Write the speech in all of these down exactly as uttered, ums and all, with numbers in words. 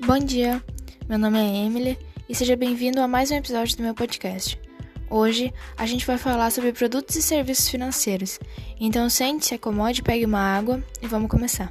Bom dia, meu nome é Emily e seja bem-vindo a mais um episódio do meu podcast. Hoje a gente vai falar sobre produtos e serviços financeiros, então sente-se, acomode, pegue uma água e vamos começar.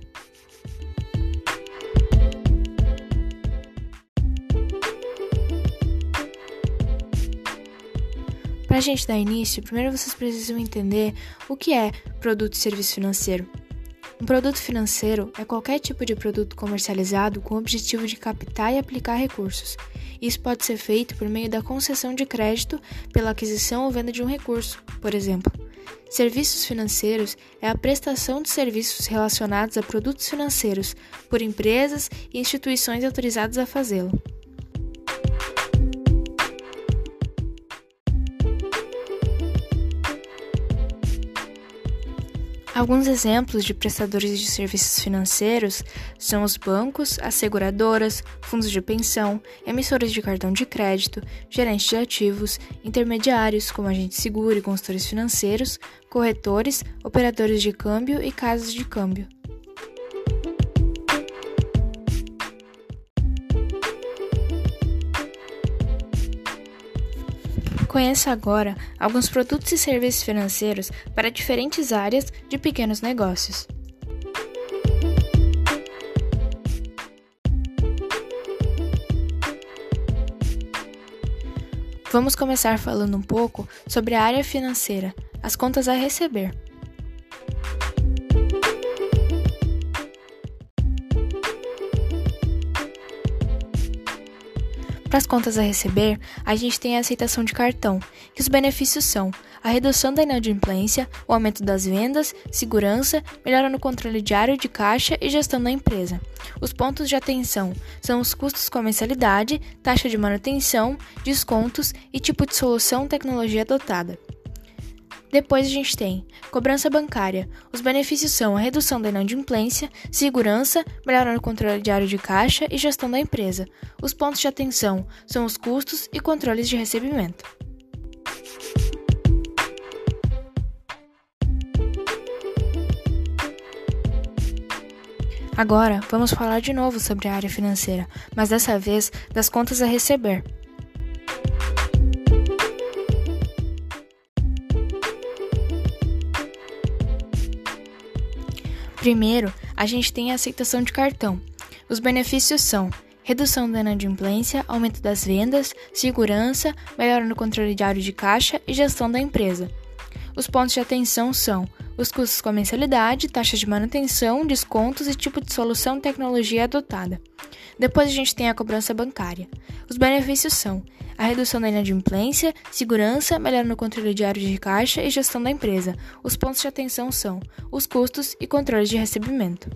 Para a gente dar início, primeiro vocês precisam entender o que é produto e serviço financeiro. Um produto financeiro é qualquer tipo de produto comercializado com o objetivo de captar e aplicar recursos. Isso pode ser feito por meio da concessão de crédito pela aquisição ou venda de um recurso, por exemplo. Serviços financeiros é a prestação de serviços relacionados a produtos financeiros por empresas e instituições autorizadas a fazê-lo. Alguns exemplos de prestadores de serviços financeiros são os bancos, as seguradoras, fundos de pensão, emissores de cartão de crédito, gerentes de ativos, intermediários como agentes seguros e consultores financeiros, corretores, operadores de câmbio e casas de câmbio. Conheça agora alguns produtos e serviços financeiros para diferentes áreas de pequenos negócios. Vamos começar falando um pouco sobre a área financeira, as contas a receber. Para as contas a receber, a gente tem a aceitação de cartão, que os benefícios são a redução da inadimplência, o aumento das vendas, segurança, melhora no controle diário de caixa e gestão da empresa. Os pontos de atenção são os custos com a mensalidade, taxa de manutenção, descontos e tipo de solução tecnologia adotada. Depois a gente tem cobrança bancária. Os benefícios são a redução da inadimplência, segurança, melhora no controle diário de caixa e gestão da empresa. Os pontos de atenção são os custos e controles de recebimento. Agora, vamos falar de novo sobre a área financeira, mas dessa vez das contas a receber. Primeiro, a gente tem a aceitação de cartão. Os benefícios são redução da inadimplência, aumento das vendas, segurança, melhora no controle diário de caixa e gestão da empresa. Os pontos de atenção são os custos com a mensalidade, taxas de manutenção, descontos e tipo de solução e tecnologia adotada. Depois a gente tem a cobrança bancária. Os benefícios são a redução da inadimplência, segurança, melhora no controle diário de caixa e gestão da empresa. Os pontos de atenção são os custos e controles de recebimento.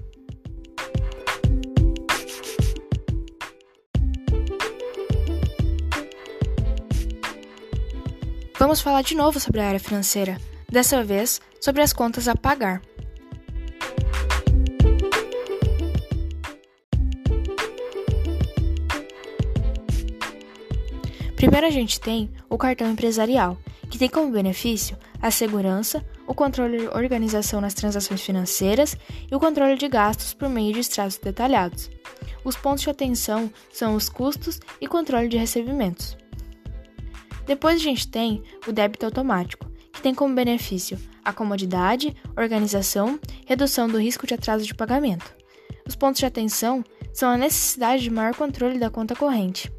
Vamos falar de novo sobre a área financeira, dessa vez sobre as contas a pagar. Primeiro a gente tem o cartão empresarial, que tem como benefício a segurança, o controle de organização nas transações financeiras e o controle de gastos por meio de extratos detalhados. Os pontos de atenção são os custos e controle de recebimentos. Depois a gente tem o débito automático, que tem como benefício a comodidade, organização, redução do risco de atraso de pagamento. Os pontos de atenção são a necessidade de maior controle da conta corrente.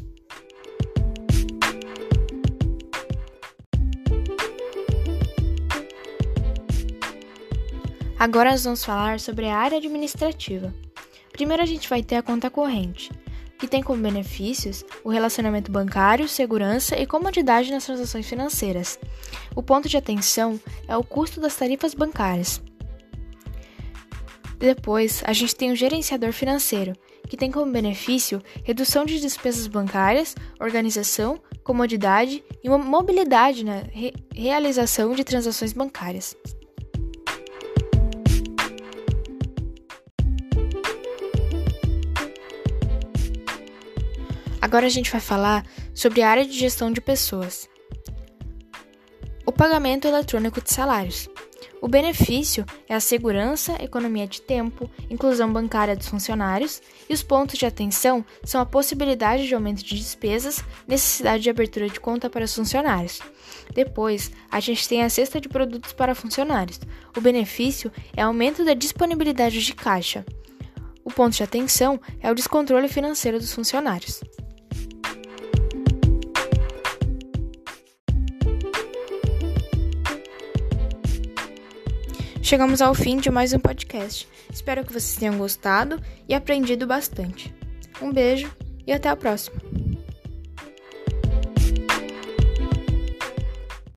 Agora nós vamos falar sobre a área administrativa. Primeiro a gente vai ter a conta corrente, que tem como benefícios o relacionamento bancário, segurança e comodidade nas transações financeiras. O ponto de atenção é o custo das tarifas bancárias. Depois, a gente tem o gerenciador financeiro, que tem como benefício redução de despesas bancárias, organização, comodidade e uma mobilidade na re- realização de transações bancárias. Agora a gente vai falar sobre a área de gestão de pessoas. O pagamento eletrônico de salários. O benefício é a segurança, economia de tempo, inclusão bancária dos funcionários, e os pontos de atenção são a possibilidade de aumento de despesas, necessidade de abertura de conta para os funcionários. Depois, a gente tem a cesta de produtos para funcionários. O benefício é aumento da disponibilidade de caixa. O ponto de atenção é o descontrole financeiro dos funcionários. Chegamos ao fim de mais um podcast. Espero que vocês tenham gostado e aprendido bastante. Um beijo e até a próxima!